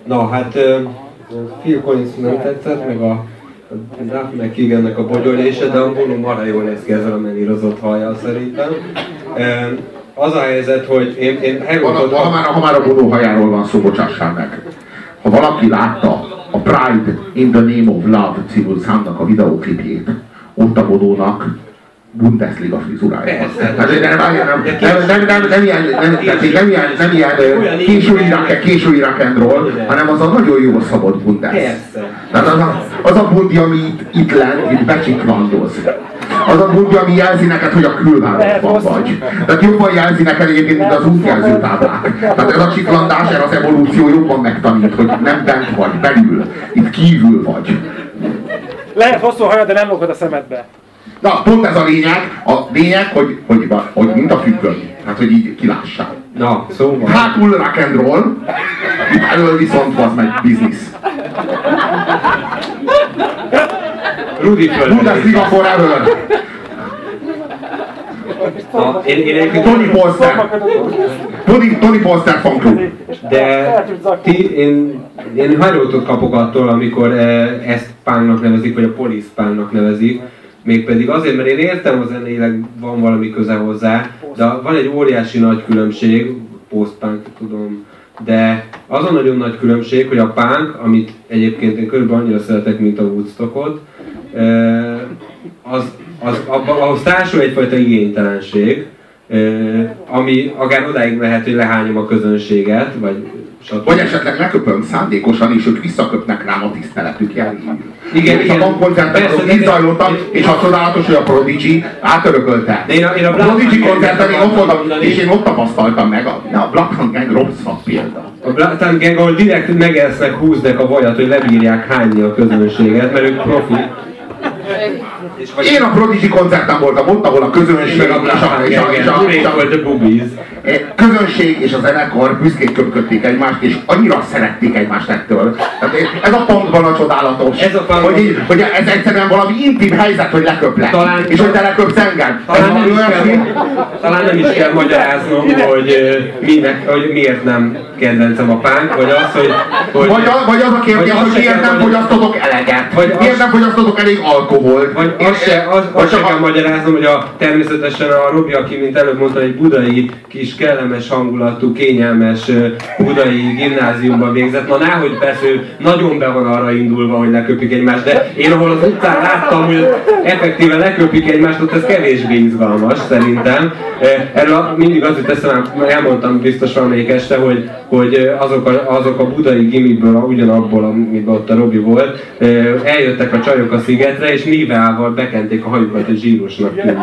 Na hát Phil Collins nem tetszett, meg a Duff McKagannek a bogyolése, de a Bono marha jól néz ki ezzel a menírozott hajjal szerintem. Az a helyzet, hogy én Herótot... Ha már a Bono hajáról van szó, bocsássál meg. Ha valaki látta a Pride in the Name of Love című számnak a videóklipjét, ott a Bonónak Bundesliga frizurája. Nem ilyen késői rock and roll, hanem az a nagyon jó szabad Bundes. Az a bundi, ami itt lent, itt becsiklandoz. Az a bundi, ami jelzi neked, hogy a külvárosban vagy. Tehát jobban jelzi neked egyébként, mint az útjelzőtáblák. Tehát ez a csiklandás, ez az evolúció jobban megtanít, hogy nem bent vagy, belül, itt kívül vagy. Lehet hosszú hajad, de nem lógod a szemedbe. Na, pont ez a lényeg, hogy mint a függöny. Hát, hogy így kilássál. Na, szóval... Hátul rock and roll, itt elől viszont az meg biznisz. Rudi föl. Bundesliga forever. Tony Polster. Tony Polster fanklub. De én hajrótot kapok attól, amikor ezt pánknak nevezik, vagy a Police pánknak nevezik. Mégpedig azért, mert én értem, a zenéleg van valami köze hozzá, de van egy óriási nagy különbség, post-punk, tudom, de az a nagyon nagy különbség, hogy a punk, amit egyébként én körülbelül annyira szeretek, mint a Woodstockot, ahhoz társul egyfajta igénytelenség, ami akár odáig mehet, hogy lehányom a közönséget, vagy esetleg leköpöm szándékosan, és ők visszaköpnek rám a tiszteletük jeléül. Igen, és a bankkoncerten azok így zajlottak, és a csodálatos, hogy a Prodigy átörökölte. A Prodigy koncerten én ott voltam, és én ott tapasztaltam meg, a Black Hand Gang rosszabb példa. A Black Hand Gang, ahol direkt megesznek, húznak a vajat, hogy lebírják hányni a közönséget, mert ők profi. Én a Prodigy koncerten voltam ott, ahol a közönség közönség és a zenekar büszkén köpködték egymást, és annyira szerették egymást ettől. Tehát ez a punkban a csodálatos, hogy ez egyszerűen valami intim helyzet, hogy leköplek, és hogy te leköpsz engem. Talán nem is kell magyaráznom, hogy miért nem kedvencem a punk, vagy az, hogy... Vagy az a kérdés, hogy miért nem fogyasztotok eleget, miért nem fogyasztotok elég alkoholt. Vagy azt sem kell magyaráznom, hogy természetesen a Robi, aki mint előbb mondta, egy budai kis kellemes hangulatú, kényelmes budai gimnáziumban végzett. Na náhogy persze ő nagyon be van arra indulva, hogy leköpik egymást, de én ahol az utcán láttam, hogy effektíven leköpik egymást, ott ez kevésbé izgalmas szerintem. Erről mindig az jut eszembe, elmondtam biztos valamelyik este, hogy azok a budai gimiből, ugyanabból, amiben ott a Robi volt, eljöttek a csajok a szigetre, és nívával bekenték a hajukat, hogy zsírosnak tűnjön.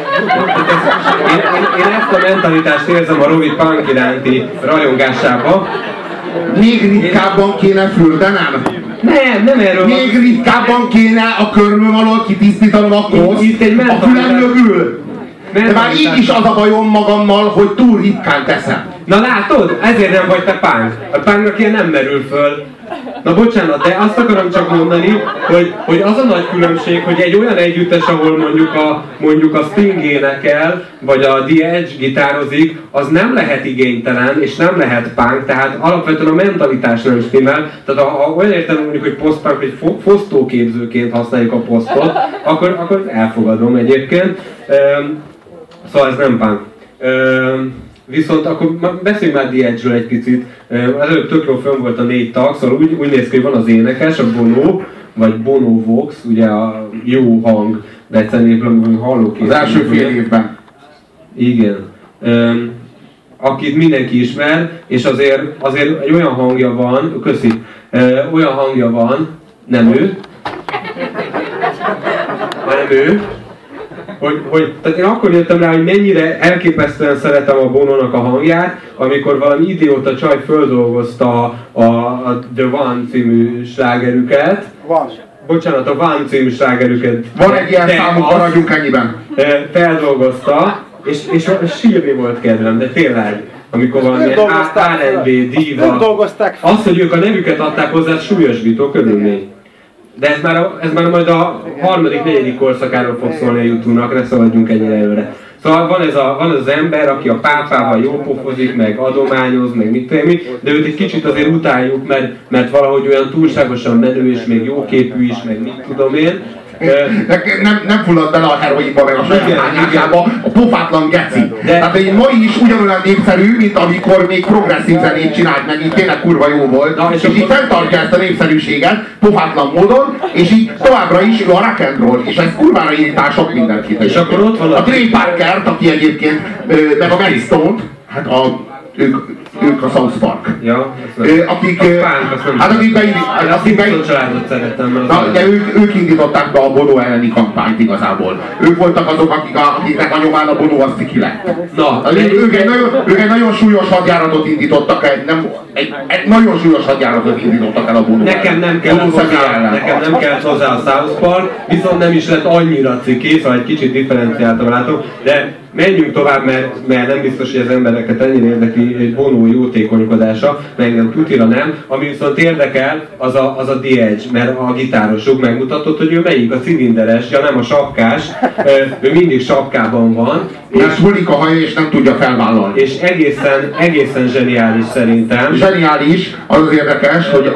Én ezt a mentalitást érzem a Robi punk iránti rajongásába. Még ritkábban kéne fürdenem? Nem erről van. Még ritkábban kéne a körmöm alól kitisztítanom a koszt, a fülem mögül. De már így is az a bajom magammal, hogy túl ritkán teszem. Na látod? Ezért nem vagy te punk. A punknak ilyen nem merül föl. Na bocsánat, de azt akarom csak mondani, hogy az a nagy különbség, hogy egy olyan együttes, ahol mondjuk a Sting énekel, vagy a The Edge gitározik, az nem lehet igénytelen, és nem lehet punk, tehát alapvetően a mentalitás nem stimmel. Tehát ha olyan értem mondjuk, hogy post-punk, hogy fosztóképzőként használjuk a posztot, akkor elfogadom egyébként. Szóval ez nem punk. Viszont akkor beszéljünk már The Edge-ről egy picit. Előbb tök jól fönn volt a 4 tag, szóval úgy néz ki, hogy van az énekes, a Bono, vagy Bono Vox, ugye a jó hang, de egyszerűen amikor hallókészül. Az első fél évben. Igen. Akit mindenki ismer, és azért egy olyan hangja van, olyan hangja van, nem ő, hanem ő, tehát én akkor jöttem rá, hogy mennyire elképesztően szeretem a Bonónak a hangját, amikor valami idióta csaj földolgozta a The One című slágerüket. Bocsánat, a One című slágerüket. Van egy ilyen számuk, maradjunk ennyiben. Feldolgozta, és sírni volt kedvem, de tényleg. Amikor valami R&B, diva. Az, hogy ők a nevüket adták hozzá, súlyosbító körülmény. De ez már majd a harmadik, negyedik korszakáról fog szólni a YouTube-nak, ne szaladjunk ennyire előre. Szóval van az ember, aki a pápával jól pofozik, meg adományoz, meg mit tudom én, de őt egy kicsit azért utáljuk, mert valahogy olyan túlságosan menő és még jóképű is, meg mit tudom én. Nem fullad bele a heroinba, meg a saját hányásába, a pofátlan geci. Tehát egy ma is ugyanolyan népszerű, mint amikor még progresszív zenét csinált meg, így tényleg kurva jó volt, és így fenntartja ezt a népszerűséget, pofátlan módon, és így továbbra is ő a rock and roll, és ez kurvára irritál sok mindenkit. És akkor ott van a Trey Parkert, aki egyébként, meg a Mary Stone-t, hát ők a South Park. Ja, akik ők indították be a Bono elleni kampányt igazából. Ők voltak azok, akiknek a nyomán a Bono azt ciki lett. Ők egy nagyon súlyos hadjáratot indítottak el, egy nagyon súlyos hadjáratot indítottak el a Bono Nekem nem kellett hozzá a South Park, viszont nem is lett annyira ciki, szóval egy kicsit differenciáltan látom, de menjünk tovább, mert nem biztos, hogy az embereket ennyire érdekli egy Bono jótékonykodása, meg engem tutira nem. Ami viszont érdekel, az a The Edge, mert a gitárosuk megmutatott, hogy ő melyik, a cilinderes, ja nem a sapkás, ő mindig sapkában van. Mert hullik a haja és nem tudja felvállalni. És egészen zseniális szerintem. Zseniális, az érdekes, hogy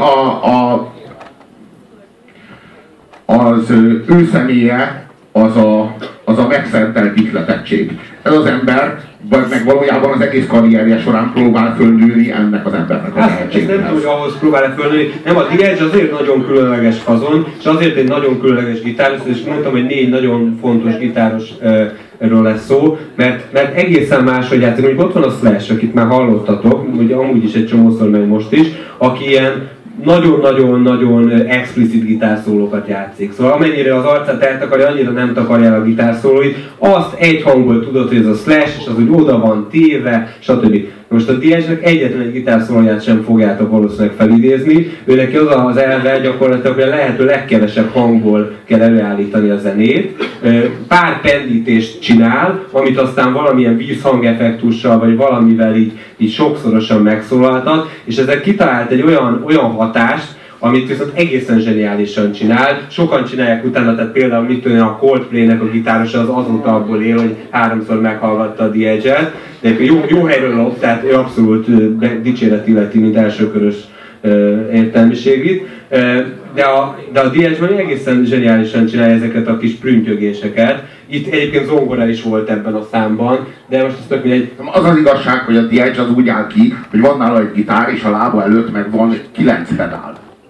az ő személye az a megszentelt ihletettség. Ez az ember, meg valójában az egész karrierje során próbál fölnőni ennek az embernek a tehetségéhez. Nem tudja, ahhoz próbál fölnőni. Nem, a The Edge azért nagyon különleges fazon, és azért egy nagyon különleges gitáros, és mondtam, hogy 4 nagyon fontos gitárosról lesz szó, mert egészen máshogy játszik. Mondjuk ott van a Slash, akit már hallottatok, ugye amúgy is egy csomószor, meg most is, aki ilyen nagyon-nagyon-nagyon explicit gitárszólókat játszik. Szóval amennyire az arcát eltakarja, annyira nem takarja el a gitárszólóit. Azt egy hangból tudod, hogy ez a Slash, és az úgy oda van téve, stb. Most a The Edge-nek egyetlen egy gitárszólóját sem fogjátok valószínűleg felidézni. Őnek az az elve gyakorlatilag, hogy a lehető legkevesebb hangból kell előállítani a zenét. Pár pendítést csinál, amit aztán valamilyen vízhangeffektussal, vagy valamivel így sokszorosan megszólaltat, és ezzel kitalált egy olyan hatást, amit viszont egészen zseniálisan csinál. Sokan csinálják utána, tehát például mit tudom, a Coldplay-nek a gitárosa az azóta abból él, hogy 3-szor meghallgatta a The Edge-et, de jó helyről lop, tehát ő abszolút dicséret illeti, mint elsőkörös értelmiségit. De a The Edge egészen zseniálisan csinálja ezeket a kis prüntjögéseket. Itt egyébként zongora is volt ebben a számban, de most ez tök mindegy. Az az igazság, hogy a The Edge az úgy áll ki, hogy van nála egy gitár, és a lába előtt meg van 9 pedál.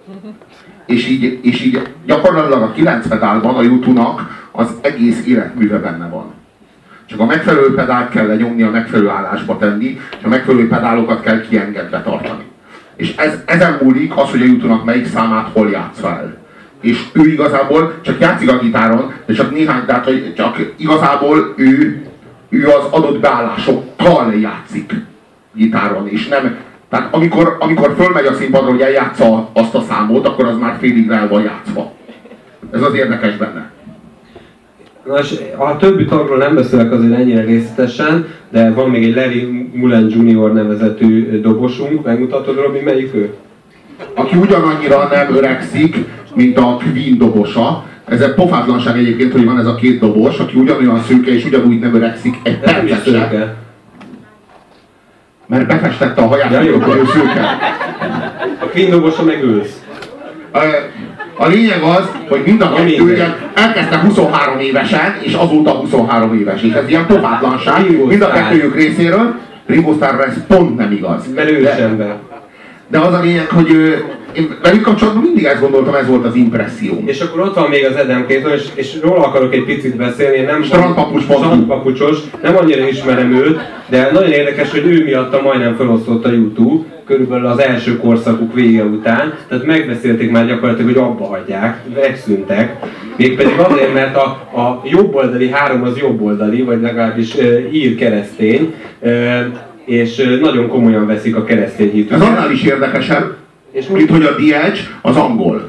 És így gyakorlatilag a 9 pedálban a U2-nak az egész életműve benne van. Csak a megfelelő pedált kell lenyomni, a megfelelő állásba tenni, és a megfelelő pedálokat kell kiengedve tartani. És ezen múlik az, hogy a U2-nak melyik számát hol játssza el. És ő igazából csak játszik a gitáron, de csak néhány, tehát hogy csak igazából ő az adott beállásokkal játszik gitáron, és nem. Tehát amikor fölmegy a színpadra, hogy eljátsza azt a számot, akkor az már félig el van játszva. Ez az érdekes benne. Na és a többi tagról nem beszélek azért ennyire részletesen, de van még egy Larry Mullen Jr. nevezetű dobosunk, megmutatod, Robi, melyik ő? Aki ugyanannyira nem öregszik, mint a Queen dobosa. Ez egy pofátlanság egyébként, hogy van ez a 2 dobos, aki ugyanolyan szőke és ugyanúgy nem öregszik egy percet. Mert befestette a haját, hogy ő szőke. A Queen dobosa meg ősz. A lényeg az, hogy mind a kettő elkezdte 23 évesen, és azóta 23 éves. És ez ilyen pofátlanság mind a kettőjük részéről. Ringo Starrra ez pont nem igaz. De az a lényeg, hogy én velük kapcsolatban mindig ezt gondoltam, ez volt az impresszióm. És akkor ott van még az Adam Clayton, és róla akarok egy picit beszélni, nem strandpapucsos, nem annyira ismerem őt, de nagyon érdekes, hogy ő miatta majdnem felosztott a U2, körülbelül az első korszakuk vége után, tehát megbeszélték már gyakorlatilag, hogy abba hagyják, megszűntek. Mégpedig azért, mert a jobboldali 3 az jobboldali, vagy legalábbis ír keresztény, és nagyon komolyan veszik a keresztény hitüket. Ez annál is érdekesebb, mint hogy a The Edge az angol.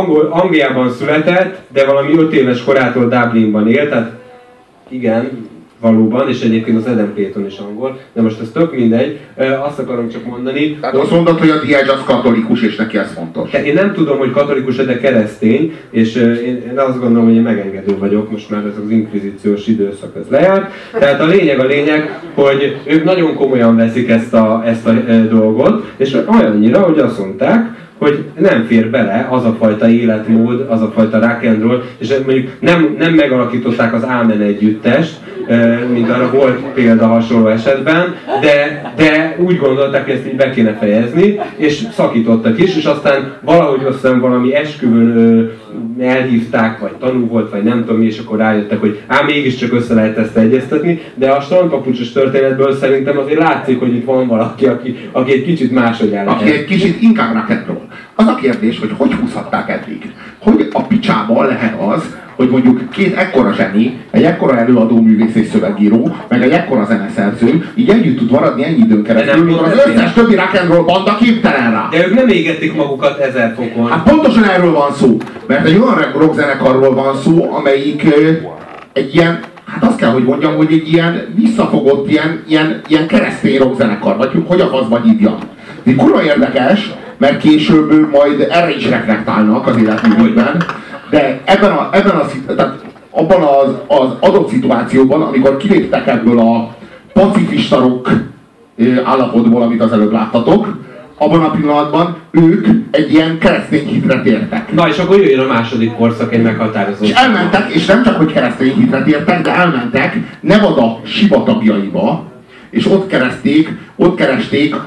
Angliában született, de valami 5 éves korától Dublinban élt, tehát igen, valóban, és egyébként az Adam Clayton is angol, de most ez tök mindegy, azt akarom csak mondani. Tehát azt mondod, hogy a The az katolikus, és neki ez fontos. Én nem tudom, hogy katolikus, de keresztény, és én azt gondolom, hogy én megengedő vagyok, most már ez az inkvizíciós időszak ez lejárt. Tehát a lényeg, hogy ők nagyon komolyan veszik ezt a dolgot, és olyannyira, hogy azt mondták, hogy nem fér bele az a fajta életmód, az a fajta rock and roll, és mondjuk nem megalakították az Amen együttest, mint arra volt példa hasonló esetben, de úgy gondolták, hogy ezt így be kéne fejezni, és szakítottak is, és aztán valahogy aztán valami esküvőn elhívták, vagy tanú volt, vagy nem tudom mi, és akkor rájöttek, hogy mégiscsak össze lehet ezt egyeztetni, de a strandpapucsos történetből szerintem azért látszik, hogy itt van valaki, aki egy kicsit máshogy áll. Aki egy kicsit inkább rock and roll. Az a kérdés, hogy húzhatták eddig? Hogy a picsában lehet az, hogy mondjuk két ekkora zseni, egy ekkora előadó művész és szövegíró, meg egy ekkora zeneszerző, így együtt tud maradni ennyi időn keresztül, amikor az összes többi rock and roll banda képtelen rá. De ők nem égették magukat 1000 fokon. Hát pontosan erről van szó, mert egy olyan rockzenekarról van szó, amelyik egy ilyen, hát azt kell, hogy mondjam, hogy egy ilyen visszafogott, ilyen keresztény rockzenekar, vagy hogy a faszba hívjam. Ez kurva érdekes, mert később majd erre is reflektálnak az életművőkben, de tehát abban az adott szituációban, amikor kiléptek ebből a pacifista rock állapotból, amit az előbb láttatok, abban a pillanatban ők egy ilyen keresztény hitre tértek. Na és akkor jöjjön a második korszak, egy meghatározó. És elmentek, és nem csak hogy keresztény hitre tértek, de elmentek Nevada sivatagjaiba, és ott keresték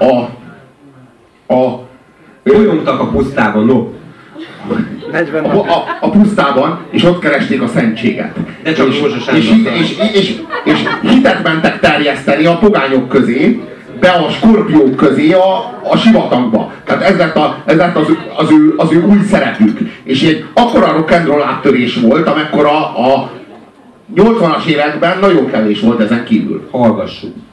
Bolyongtak a pusztában, no. A pusztában, és ott keresték a szentséget. De csak és hitet mentek terjeszteni a pogányok közé, be a skorpiók közé a sivatagba. Tehát ez lett az ő új szerepük. És egy akkora rock and roll áttörés volt, amekkora a 80-as években nagyon kevés volt ezen kívül. Hallgassuk.